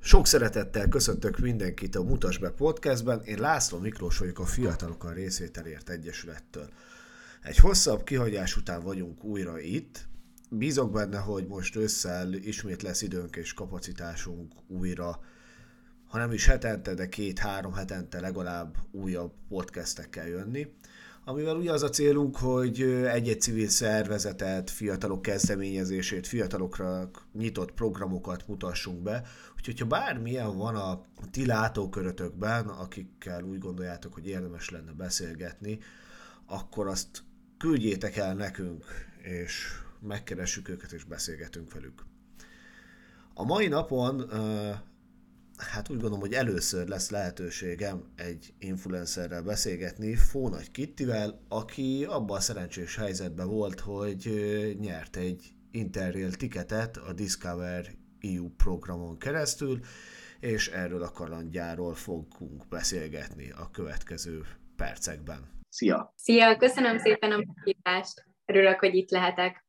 Sok szeretettel köszöntök mindenkit a Mutasd be podcastben. Én László Miklós vagyok, a Fiatalok Részvételért Egyesülettől. Egy hosszabb kihagyás után vagyunk újra itt. Bízok benne, hogy most ősszel ismét lesz időnk és kapacitásunk újra, ha nem is hetente, de 2-3 hetente legalább újabb podcastekkel jönni. Amivel ugye az a célunk, hogy egy-egy civil szervezetet, fiatalok kezdeményezését, fiatalokra nyitott programokat mutassunk be. Úgyhogy ha bármilyen van a ti látókörötökben, akikkel úgy gondoljátok, hogy érdemes lenne beszélgetni, akkor azt küldjétek el nekünk, és megkeressük őket, és beszélgetünk velük. A mai napon hát úgy gondolom, hogy először lesz lehetőségem egy influencerrel beszélgetni, Fónagy Kittivel, aki abban a szerencsés helyzetben volt, hogy nyert egy Interrail ticketet a Discover EU programon keresztül, és erről a kalandjáról fogunk beszélgetni a következő percekben. Szia! Szia! Köszönöm szépen a meghívást! Örülök, hogy itt lehetek.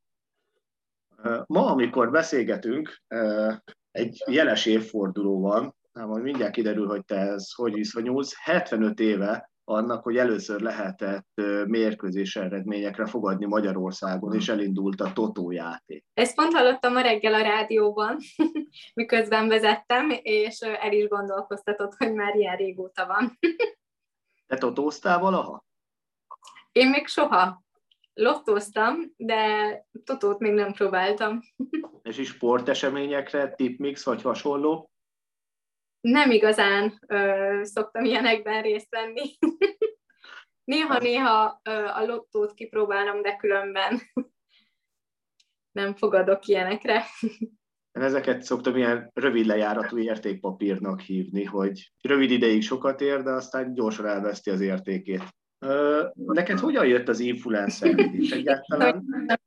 Ma, amikor beszélgetünk, egy jeles évforduló van, majd mindjárt kiderül, hogy te ez hogy viszonyulsz. 75 éve annak, hogy először lehetett mérkőzés eredményekre fogadni Magyarországon, és elindult a Totó játék. Ezt pont hallottam ma reggel a rádióban, miközben vezettem, és el is gondolkoztatott, hogy már ilyen régóta van. Te totóztál valaha? Én még soha. Lottóztam, de totót még nem próbáltam. És is sporteseményekre, tipmix vagy hasonló? Nem igazán szoktam ilyenekben részt venni. Néha-néha a lottót kipróbálom, de különben nem fogadok ilyenekre. Én ezeket szoktam ilyen rövid lejáratú értékpapírnak hívni, hogy rövid ideig sokat ér, de aztán gyorsan elveszti az értékét. Neked hogyan jött az influencerkedés egyáltalán?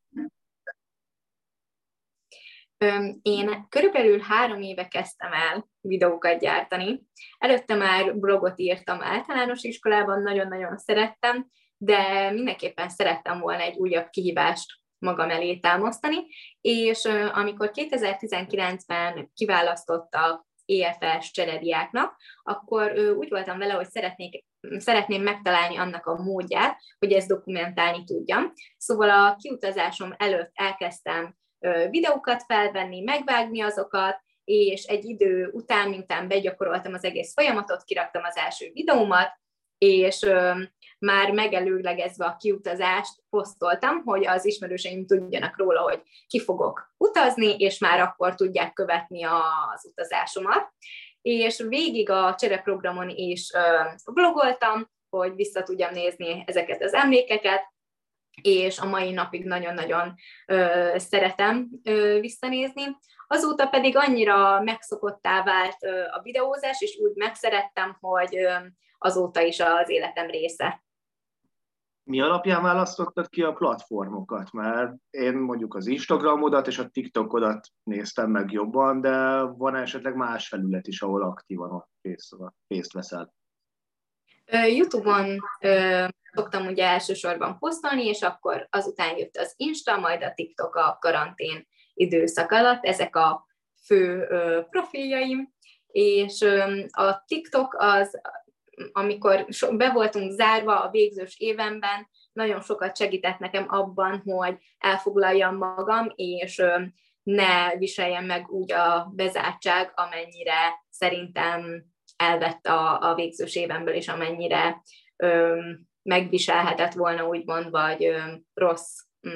Én körülbelül 3 éve kezdtem el videókat gyártani. Előtte már blogot írtam általános iskolában, nagyon-nagyon szerettem, de mindenképpen szerettem volna egy újabb kihívást magam elé támasztani, és amikor 2019-ben kiválasztottak EFS cserediáknak, akkor úgy voltam vele, hogy szeretném megtalálni annak a módját, hogy ezt dokumentálni tudjam. Szóval a kiutazásom előtt elkezdtem videókat felvenni, megvágni azokat, és egy idő után, miután begyakoroltam az egész folyamatot, kiraktam az első videómat, és már megelőlegezve a kiutazást posztoltam, hogy az ismerőseim tudjanak róla, hogy ki fogok utazni, és már akkor tudják követni az utazásomat. És végig a csereprogramon is vlogoltam, hogy vissza tudjam nézni ezeket az emlékeket, és a mai napig nagyon-nagyon szeretem visszanézni. Azóta pedig annyira megszokottá vált a videózás, és úgy megszerettem, hogy azóta is az életem része. Mi alapján választottad ki a platformokat? Mert én mondjuk az Instagramodat és a TikTokodat néztem meg jobban, de van esetleg más felület is, ahol aktívan részt veszel? YouTube-on szoktam ugye elsősorban posztolni, és akkor azután jött az Insta, majd a TikTok a karantén időszak alatt. Ezek a fő profiljaim, és a TikTok az, amikor be voltunk zárva a végzős évemben, nagyon sokat segített nekem abban, hogy elfoglaljam magam, és ne viseljem meg úgy a bezártság, amennyire szerintem elvett a végzős évemből, és amennyire megviselhetett volna, úgymond, vagy rossz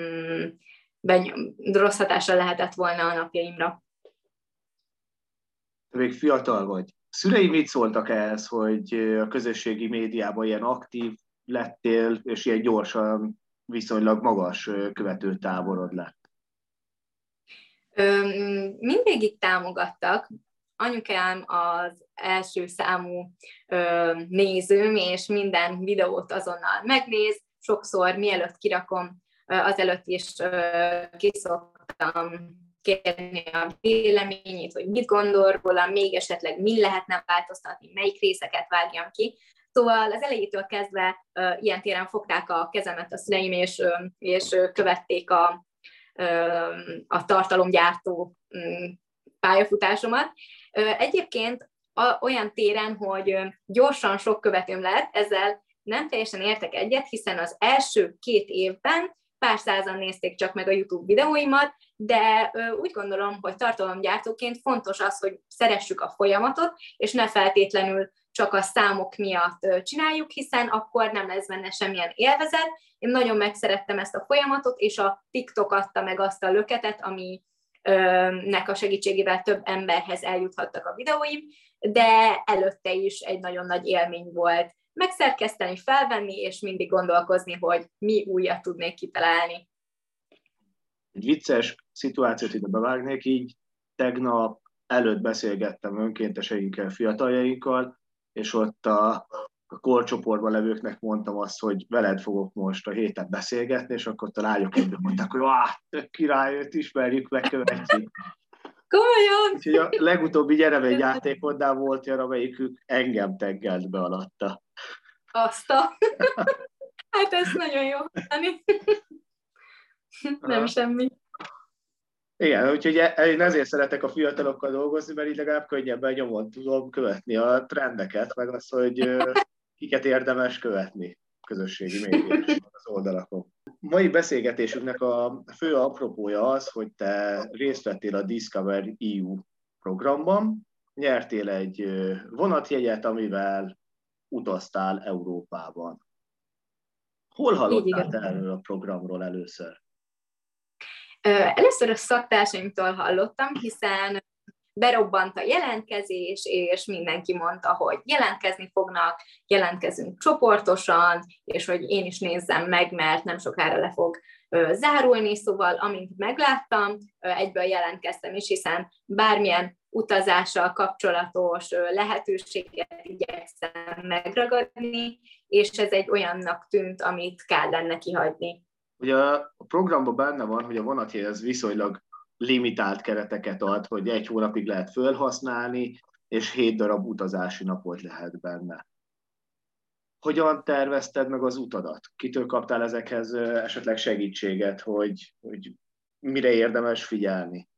hatása lehetett volna a napjaimra. Te még fiatal vagy. Szüleid mit szóltak ehhez, hogy a közösségi médiában ilyen aktív lettél, és ilyen gyorsan viszonylag magas követőtáborod lett? Mindvégig támogattak. Anyukám az első számú nézőm, és minden videót azonnal megnéz. Sokszor, mielőtt kirakom, azelőtt is kiszoktam kérni a véleményét, hogy mit gondol róla, még esetleg mi lehetne változtatni, melyik részeket vágjam ki. Szóval az elejétől kezdve ilyen téren fogták a kezemet a szüleim, és követték a tartalomgyártó pályafutásomat. Egyébként olyan téren, hogy gyorsan sok követőm lett, ezzel nem teljesen értek egyet, hiszen az első 2 évben pár százan nézték csak meg a YouTube videóimat, de úgy gondolom, hogy tartalomgyártóként fontos az, hogy szeressük a folyamatot, és ne feltétlenül csak a számok miatt csináljuk, hiszen akkor nem lesz benne semmilyen élvezet. Én nagyon megszerettem ezt a folyamatot, és a TikTok adta meg azt a löketet, aminek a segítségével több emberhez eljuthattak a videóim, de előtte is egy nagyon nagy élmény volt megszerkeszteni, felvenni, és mindig gondolkozni, hogy mi újat tudnék kitalálni. Egy vicces szituációt ide bevágnék, így tegnap előtt beszélgettem önkénteseinkkel, fiataljainkkal, és ott a korcsoportban levőknek mondtam azt, hogy veled fogok most a héten beszélgetni, és akkor a lányok egyben mondták, hogy tök király, őt ismerjük, megkövetjük. Komolyan! Úgyhogy a legutóbbi Gyere játékodnál volt olyan, amelyikük engem teggelt be alatta. Hát ez nagyon jó hallani. Nem semmi. Igen, úgyhogy én ezért szeretek a fiatalokkal dolgozni, mert így legalább könnyebben nyomon tudom követni a trendeket, meg azt, hogy kiket érdemes követni közösségi médiában az oldalakon. Mai beszélgetésünknek a fő apropója az, hogy te részt vettél a Discover EU programban, nyertél egy vonatjegyet, amivel utaztál Európában. Hol hallottál te erről a programról először? Először a szaktársaimtól hallottam, hiszen berobbant a jelentkezés, és mindenki mondta, hogy jelentkezni fognak, jelentkezünk csoportosan, és hogy én is nézzem meg, mert nem sokára le fog zárulni, szóval amint megláttam, egyből jelentkeztem is, hiszen bármilyen utazással kapcsolatos lehetőséget igyekszem megragadni, és ez egy olyannak tűnt, amit kell lenne kihagyni. Ugye a programban benne van, hogy a vonatjegy az viszonylag limitált kereteket ad, hogy 1 hónapig lehet felhasználni, és 7 darab utazási napot lehet benne. Hogyan tervezted meg az utadat? Kitől kaptál ezekhez esetleg segítséget, hogy mire érdemes figyelni?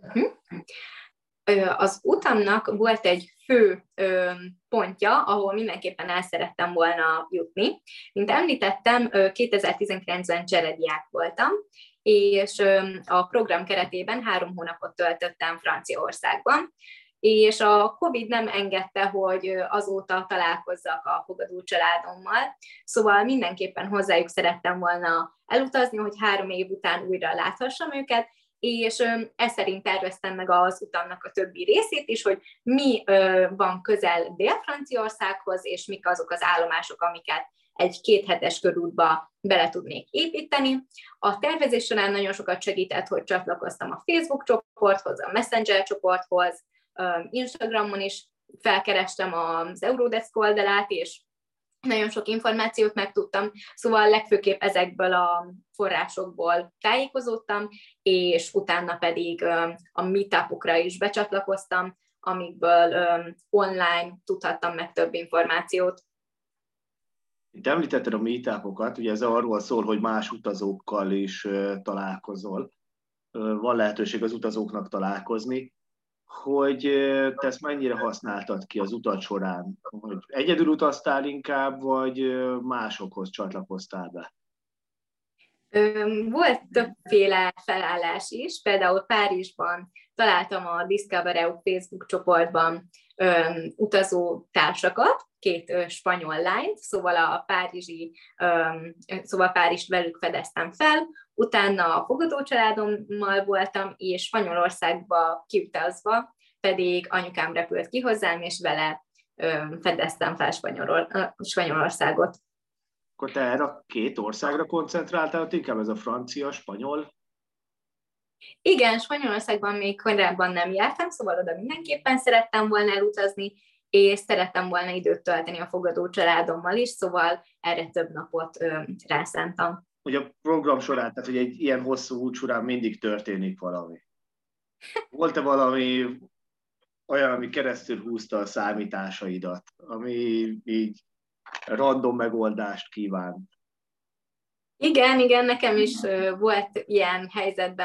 Az utamnak volt egy fő pontja, ahol mindenképpen el szerettem volna jutni. Mint említettem, 2019-ben cserediák voltam, és a program keretében 3 hónapot töltöttem Franciaországban, és a Covid nem engedte, hogy azóta találkozzak a fogadó családommal, szóval mindenképpen hozzájuk szerettem volna elutazni, hogy 3 év után újra láthassam őket, és ezt szerint terveztem meg az utamnak a többi részét is, hogy mi van közel Dél-Franciaországhoz, és mik azok az állomások, amiket egy 2 hetes körútba bele tudnék építeni. A tervezés során nagyon sokat segített, hogy csatlakoztam a Facebook csoporthoz, a Messenger csoporthoz, Instagramon is felkerestem az Eurodesk oldalát, és nagyon sok információt megtudtam, szóval legfőképp ezekből a forrásokból tájékozódtam, és utána pedig a meetupokra is becsatlakoztam, amikből online tudhattam meg több információt. Itt említetted a meetupokat, ugye ez arról szól, hogy más utazókkal is találkozol. Van lehetőség az utazóknak találkozni. Hogy te ezt mennyire használtad ki az utat során? Hogy egyedül utaztál inkább, vagy másokhoz csatlakoztál be? Volt többféle felállás is, például Párizsban találtam a Discover EU Facebook csoportban utazó társakat, 2 spanyol lányt, szóval Párizst velük fedeztem fel, utána a fogadócsaládommal voltam, és Spanyolországba kiutazva pedig anyukám repült ki hozzám, és vele fedeztem fel Spanyolországot. Akkor te erre a 2 országra koncentráltál, inkább ez a francia, spanyol? Igen, Spanyolországban még korábban nem jártam, szóval oda mindenképpen szerettem volna elutazni, és szerettem volna időt tölteni a fogadó családommal is, szóval erre több napot rászántam. Ugye a program során, tehát hogy egy ilyen hosszú út során mindig történik valami. Volt-e valami olyan, ami keresztül húzta a számításaidat, ami így random megoldást kívánt? Igen, nekem is volt ilyen helyzetben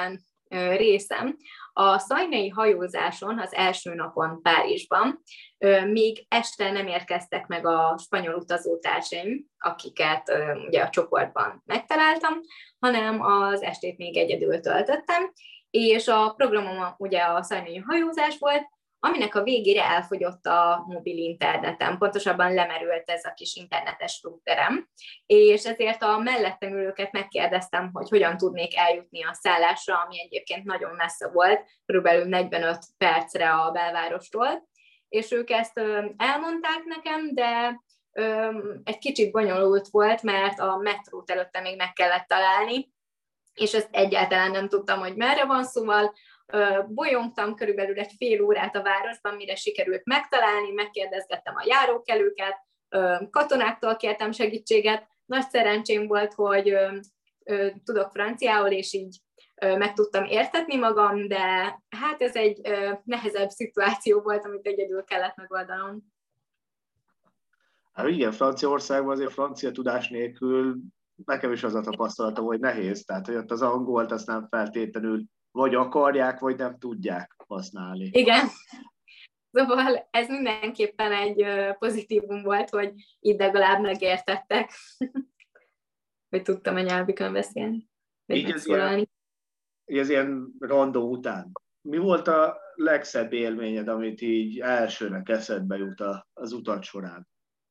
részem. A szajnai hajózáson, az első napon Párizsban, még este nem érkeztek meg a spanyol utazótársaim, akiket ugye a csoportban megtaláltam, hanem az estét még egyedül töltöttem, és a programom ugye a szajnai hajózás volt, aminek a végére elfogyott a mobil internetem, pontosabban lemerült ez a kis internetes routerem, és ezért a mellettem ülőket megkérdeztem, hogy hogyan tudnék eljutni a szállásra, ami egyébként nagyon messze volt, körülbelül 45 percre a belvárostól, és ők ezt elmondták nekem, de egy kicsit bonyolult volt, mert a metrót előtte még meg kellett találni, és ezt egyáltalán nem tudtam, hogy merre van, szóval bolyongtam körülbelül egy fél órát a városban, mire sikerült megtalálni, megkérdezgettem a járókelőket, katonáktól kértem segítséget, nagy szerencsém volt, hogy tudok franciául, és így meg tudtam értetni magam, de hát ez egy nehezebb szituáció volt, amit egyedül kellett megoldanom. Hát igen, Franciaországban azért francia tudás nélkül nekem is az a tapasztalatom, hogy nehéz. Tehát, hogy ott az angolt azt nem feltétlenül vagy akarják, vagy nem tudják használni. Igen. Szóval ez mindenképpen egy pozitívum volt, hogy itt legalább megértettek, hogy tudtam a nyelvükön beszélni. Így ez ilyen randó után. Mi volt a legszebb élményed, amit így elsőnek eszedbe jut az utat során?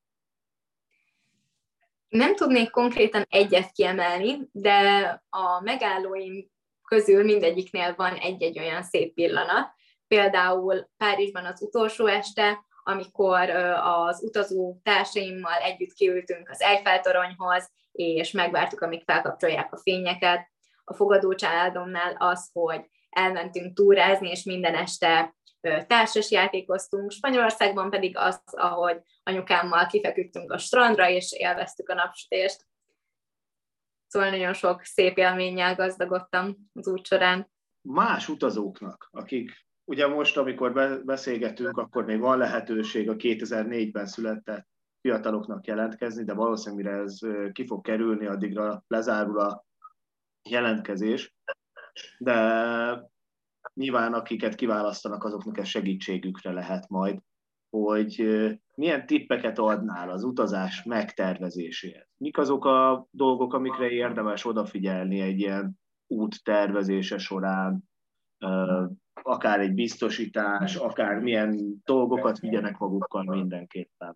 Nem tudnék konkrétan egyet kiemelni, de a megállóim közül mindegyiknél van egy-egy olyan szép pillanat. Például Párizsban az utolsó este, amikor az utazó társaimmal együtt kiültünk az Eiffel-toronyhoz, és megvártuk, amíg felkapcsolják a fényeket. A fogadó családomnál az, hogy elmentünk túrázni, és minden este társas játékoztunk. Spanyolországban pedig az, ahogy anyukámmal kifeküdtünk a strandra, és élveztük a napsütést. Szóval nagyon sok szép élménnyel gazdagodtam az út során. Más utazóknak, akik ugye most, amikor beszélgetünk, akkor még van lehetőség a 2004-ben született fiataloknak jelentkezni, de valószínűleg mire ez ki fog kerülni, addigra lezárul a jelentkezés. De nyilván akiket kiválasztanak, azoknak ez segítségükre lehet majd, hogy milyen tippeket adnál az utazás megtervezéséhez. Mik azok a dolgok, amikre érdemes odafigyelni egy ilyen út tervezése során, akár egy biztosítás, akár milyen dolgokat vigyenek magukkal mindenképpen.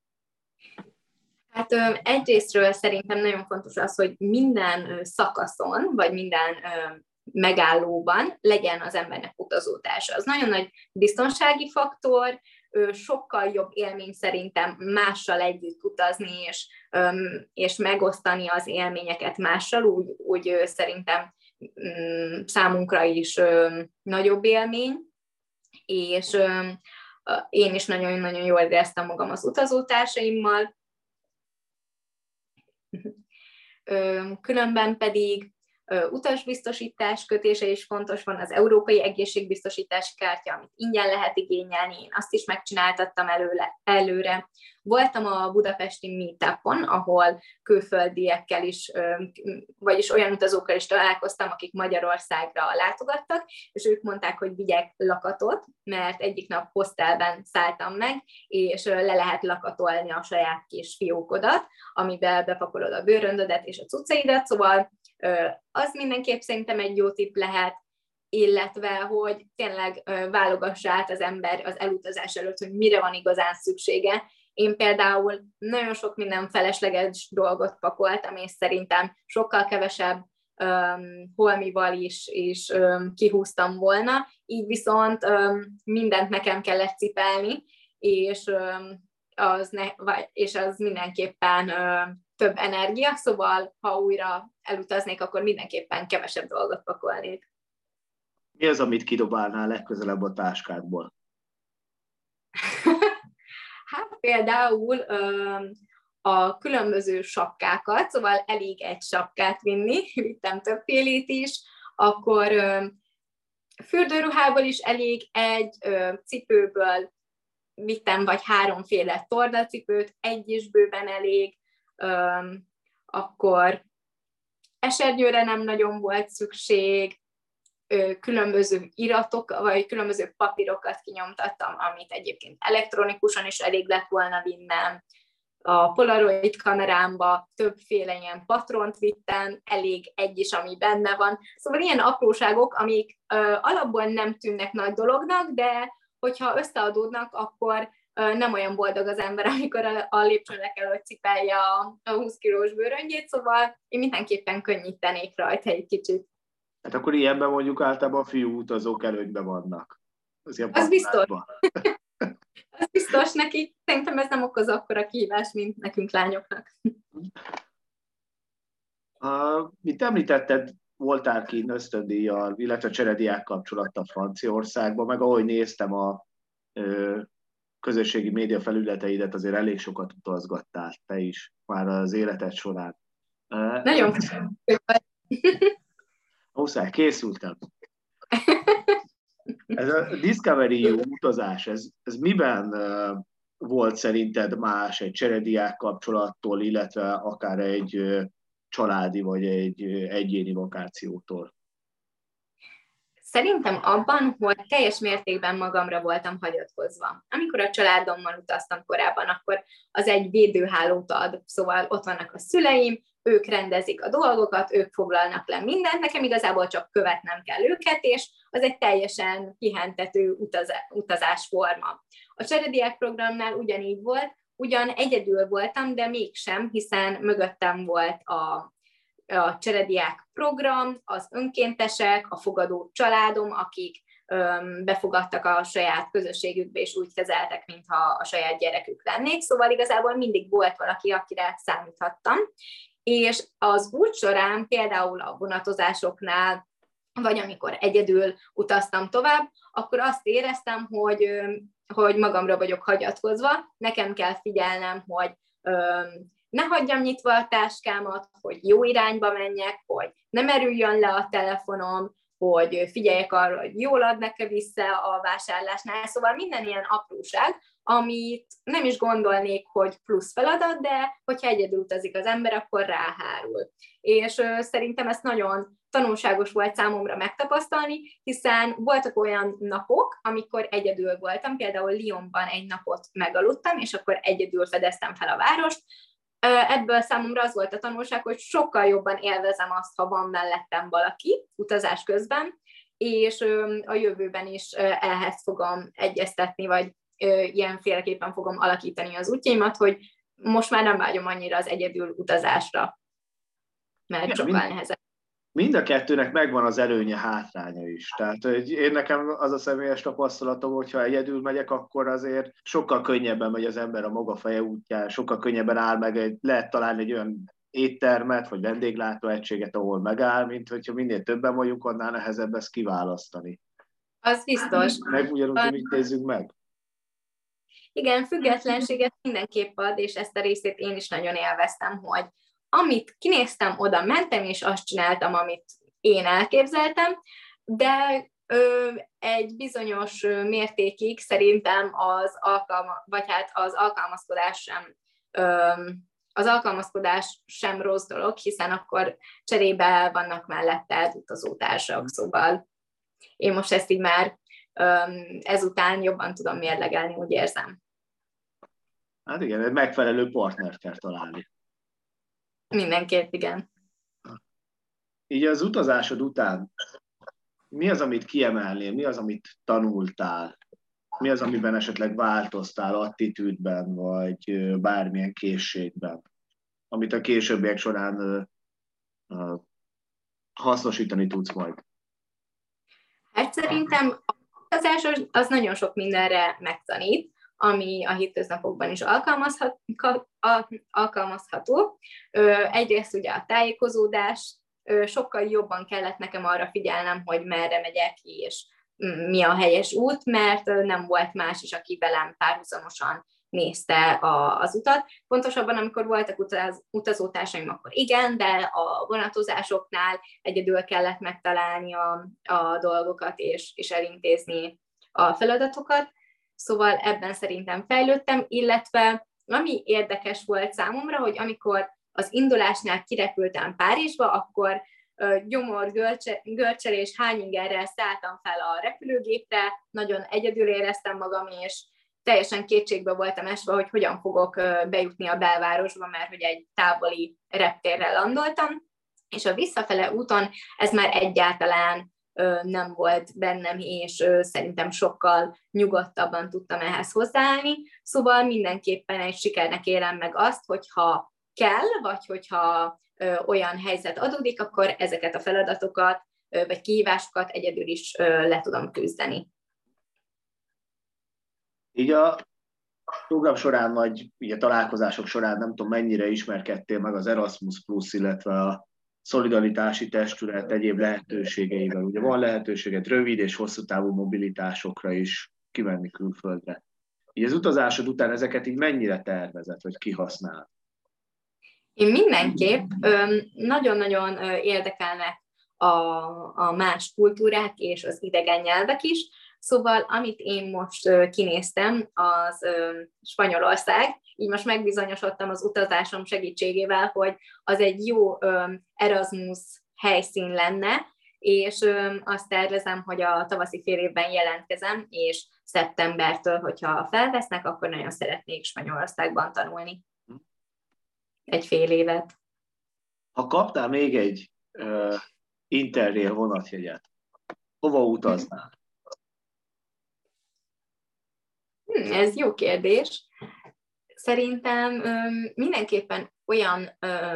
Hát egyrésztről szerintem nagyon fontos az, hogy minden szakaszon, vagy minden megállóban legyen az embernek utazótársa. Az nagyon nagy biztonsági faktor, sokkal jobb élmény szerintem mással együtt utazni, és megosztani az élményeket mással, úgy szerintem számunkra is nagyobb élmény, és én is nagyon-nagyon jól éreztem magam az utazótársaimmal. Különben pedig utasbiztosítás kötése is fontos, van az európai egészségbiztosítási kártya, amit ingyen lehet igényelni, én azt is megcsináltattam előre. Voltam a budapesti meetupon, ahol külföldiekkel is, vagyis olyan utazókkal is találkoztam, akik Magyarországra látogattak, és ők mondták, hogy vigyek lakatot, mert egyik nap hostelben szálltam meg, és le lehet lakatolni a saját kis fiókodat, amiben bepakolod a bőröndödet és a cuccaidat, szóval az mindenképp szerintem egy jó tipp lehet, illetve, hogy tényleg válogassa át az ember az elutazás előtt, hogy mire van igazán szüksége. Én például nagyon sok minden felesleges dolgot pakoltam, és szerintem sokkal kevesebb holmival is kihúztam volna, így viszont mindent nekem kellett cipelni, és az mindenképpen több energia, szóval ha újra elutaznék, akkor mindenképpen kevesebb dolgot pakolnék. Mi az, amit kidobálnál legközelebb a táskádból? Hát például a különböző sapkákat, szóval elég egy sapkát vinni, vittem többfélét is, akkor fürdőruhából is elég egy, cipőből vittem vagy 3 tornacipőt, egy is bőven elég, akkor esernyőre nem nagyon volt szükség, különböző iratok, vagy különböző papírokat kinyomtattam, amit egyébként elektronikusan is elég lett volna vinnem. A Polaroid kamerámba többféle ilyen patront vittem, elég egy is, ami benne van. Szóval ilyen apróságok, amik alapból nem tűnnek nagy dolognak, de hogyha összeadódnak, akkor nem olyan boldog az ember, amikor a lépcsőn le kell, hogy cipelje a 20 kilós bőröngyét, szóval én mindenképpen könnyítenék rajta egy kicsit. Hát akkor ilyenben mondjuk általában a fiú utazók előnyben vannak. Az biztos. Az biztos neki. Szerintem ez nem okoz akkora kihívás, mint nekünk lányoknak. Mint említetted, voltál kint ösztöndíjjal, illetve cserediák kapcsolattal Franciaországban, meg ahogy néztem a közösségi média felületeidet, azért elég sokat utazgattál te is már az életed során. Nagyon muszáj, készültem. Ez a Discovery U utazás, ez miben volt szerinted más egy cserediák kapcsolattól, illetve akár egy családi vagy egy egyéni vakációtól? Szerintem abban, hogy teljes mértékben magamra voltam hagyatkozva. Amikor a családommal utaztam korábban, akkor az egy védőhálót ad, szóval ott vannak a szüleim, ők rendezik a dolgokat, ők foglalnak le mindent, nekem igazából csak követnem kell őket, és az egy teljesen pihentető utazásforma. A cserediák programnál ugyanígy volt, ugyan egyedül voltam, de mégsem, hiszen mögöttem volt a cserediák program, az önkéntesek, a fogadó családom, akik befogadtak a saját közösségükbe, és úgy kezeltek, mintha a saját gyerekük lennék. Szóval igazából mindig volt valaki, akire számíthattam. És az út során, például a vonatozásoknál, vagy amikor egyedül utaztam tovább, akkor azt éreztem, hogy magamra vagyok hagyatkozva, nekem kell figyelnem, hogy ne hagyjam nyitva a táskámat, hogy jó irányba menjek, hogy ne merüljön le a telefonom, hogy figyeljek arra, hogy jól adnak-e vissza a vásárlásnál. Szóval minden ilyen apróság, amit nem is gondolnék, hogy plusz feladat, de hogyha egyedül utazik az ember, akkor ráhárul. És szerintem ez nagyon tanulságos volt számomra megtapasztalni, hiszen voltak olyan napok, amikor egyedül voltam, például Lyonban egy napot megaludtam, és akkor egyedül fedeztem fel a várost. Ebből számomra az volt a tanulság, hogy sokkal jobban élvezem azt, ha van mellettem valaki utazás közben, és a jövőben is ehhez fogom egyeztetni, vagy ilyenféleképpen fogom alakítani az útjaimat, hogy most már nem vágyom annyira az egyedül utazásra, mert sokkal nehezebb. Mind a kettőnek megvan az előnye, hátránya is. Tehát én nekem az a személyes tapasztalatom, hogyha egyedül megyek, akkor azért sokkal könnyebben megy az ember a maga feje útján, sokkal könnyebben áll meg, lehet találni egy olyan éttermet, vagy vendéglátóegységet, ahol megáll, mint hogyha minél többen vagyunk, annál nehezebb ezt kiválasztani. Az biztos. Meg ugyanúgy, hogy mit nézzük meg. Igen, függetlenséget mindenképp ad, és ezt a részét én is nagyon élveztem, hogy amit kinéztem, oda mentem, és azt csináltam, amit én elképzeltem, de egy bizonyos mértékig szerintem az alkalmazkodás sem rossz dolog, hiszen akkor cserébe vannak mellette utazótársak, szóval én most ezt így már ezután jobban tudom mérlegelni, úgy érzem. Hát igen, egy megfelelő partnert kell találni. Mindenképp, igen. Így az utazásod után mi az, amit kiemelnél, mi az, amit tanultál, mi az, amiben esetleg változtál attitűdben, vagy bármilyen készségben, amit a későbbiek során hasznosítani tudsz majd? Hát szerintem a utazás az nagyon sok mindenre megtanít, ami a hétköznapokban is alkalmazható. Egyrészt ugye a tájékozódás, sokkal jobban kellett nekem arra figyelnem, hogy merre megyek, és mi a helyes út, mert nem volt más is, aki velem párhuzamosan nézte az utat. Pontosabban, amikor voltak utazótársaim, akkor igen, de a vonatozásoknál egyedül kellett megtalálni a dolgokat, és elintézni a feladatokat. Szóval ebben szerintem fejlődtem, illetve ami érdekes volt számomra, hogy amikor az indulásnál kirepültem Párizsba, akkor gyomor, görcselés, hányingerrel szálltam fel a repülőgépre, nagyon egyedül éreztem magam, és teljesen kétségbe voltam esve, hogy hogyan fogok bejutni a belvárosba, mert hogy egy távoli reptérrel landoltam, és a visszafele úton ez már egyáltalán nem volt bennem, és szerintem sokkal nyugodtabban tudtam ehhez hozzáállni. Szóval mindenképpen egy sikernek élem meg azt, hogyha kell, vagy hogyha olyan helyzet adódik, akkor ezeket a feladatokat, vagy kihívásokat egyedül is le tudom küzdeni. Így a program során, vagy ugye találkozások során nem tudom, mennyire ismerkedtél meg az Erasmus Plus, illetve a szolidaritási testület egyéb lehetőségeivel. Ugye van lehetőséged rövid és hosszú távú mobilitásokra is kimenni külföldre. Így az utazásod után ezeket így mennyire tervezed, vagy kihasznál? Én mindenképp nagyon-nagyon érdekelnek a más kultúrák és az idegen nyelvek is, szóval amit én most kinéztem, az Spanyolország, így most megbizonyosodtam az utazásom segítségével, hogy az egy jó Erasmus helyszín lenne, és azt tervezem, hogy a tavaszi fél évben jelentkezem, és szeptembertől, hogyha felvesznek, akkor nagyon szeretnék Spanyolországban tanulni. Egy fél évet. Ha kaptál még egy Interrail vonatjegyet, hova utaznál? Ez jó kérdés. Szerintem mindenképpen olyan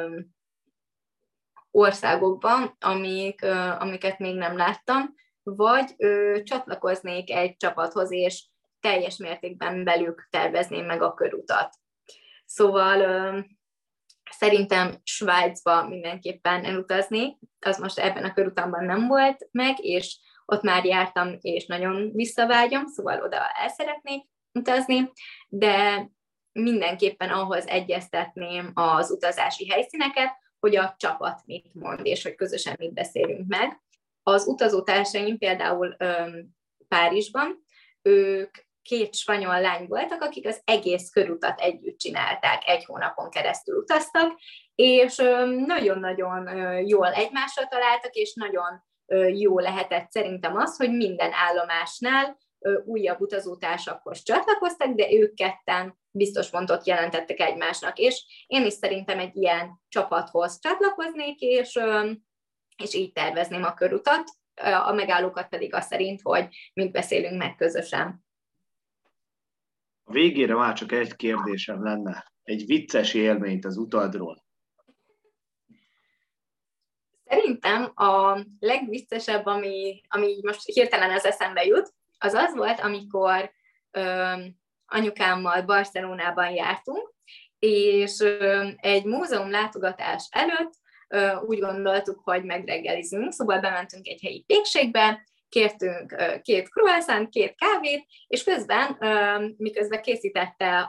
országokban, amiket még nem láttam, vagy csatlakoznék egy csapathoz, és teljes mértékben velük tervezném meg a körutat. Szóval szerintem Svájcba mindenképpen elutaznék, az most ebben a körutamban nem volt meg, és ott már jártam, és nagyon visszavágyom, szóval oda el szeretnék utazni, de mindenképpen ahhoz egyeztetném az utazási helyszíneket, hogy a csapat mit mond, és hogy közösen mit beszélünk meg. Az utazótársaim például Párizsban, ők 2 spanyol lány voltak, akik az egész körutat együtt csinálták, 1 hónapon keresztül utaztak, és nagyon-nagyon jól egymásra találtak, és nagyon jó lehetett szerintem az, hogy minden állomásnál újabb utazótársakhoz csatlakoztak, de ők ketten biztos pontot jelentettek egymásnak, és én is szerintem egy ilyen csapathoz csatlakoznék, és így tervezném a körutat, a megállókat pedig az szerint, hogy mit beszélünk meg közösen. A végére már csak egy kérdésem lenne. Egy vicces élményt az utadról. Szerintem a legviccesebb, ami most hirtelen az eszembe jut, az az volt, amikor anyukámmal Barcelonában jártunk, és egy múzeum látogatás előtt úgy gondoltuk, hogy megreggelizünk, szóval bementünk egy helyi pékségbe, kértünk 2 croissant, 2 kávét, és közben, miközben készítette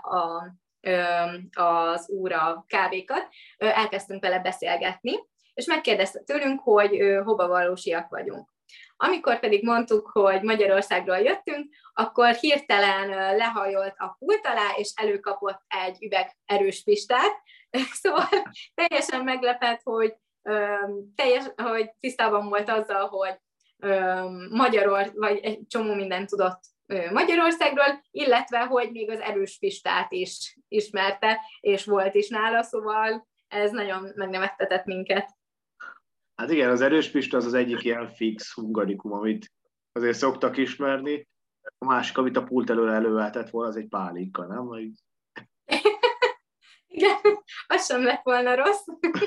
az úr a kávékat, elkezdtünk vele beszélgetni, és megkérdezte tőlünk, hogy hova valósiak vagyunk. Amikor pedig mondtuk, hogy Magyarországról jöttünk, akkor hirtelen lehajolt a pult alá, és előkapott egy üveg erős pistát. Szóval teljesen meglepett, hogy tisztában volt azzal, hogy vagy egy csomó mindent tudott Magyarországról, illetve, hogy még az erős pistát is ismerte, és volt is nála, szóval ez nagyon megnevettetett minket. Hát igen, az erős pista az egyik ilyen fix hungarikum, amit azért szoktak ismerni. A másik, amit a pult elől elővetett volna, az egy pálinka, nem? Igen, az sem lett volna rossz.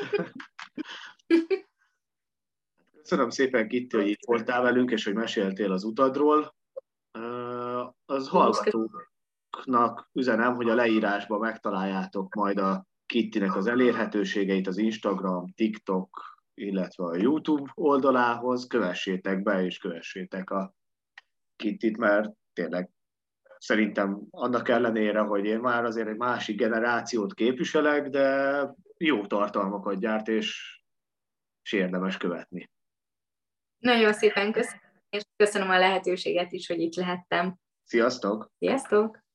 Köszönöm szépen, Kitti, hogy itt voltál velünk, és hogy meséltél az utadról. Az hallgatóknak üzenem, hogy a leírásban megtaláljátok majd a Kittinek az elérhetőségeit, az Instagram, TikTok, illetve a YouTube oldalához. Kövessétek be, és kövessétek a Kittit, mert tényleg szerintem annak ellenére, hogy én már azért egy másik generációt képviselek, de jó tartalmakat gyárt, és érdemes követni. Nagyon szépen köszönöm, és köszönöm a lehetőséget is, hogy itt lehettem. Sziasztok! Sziasztok!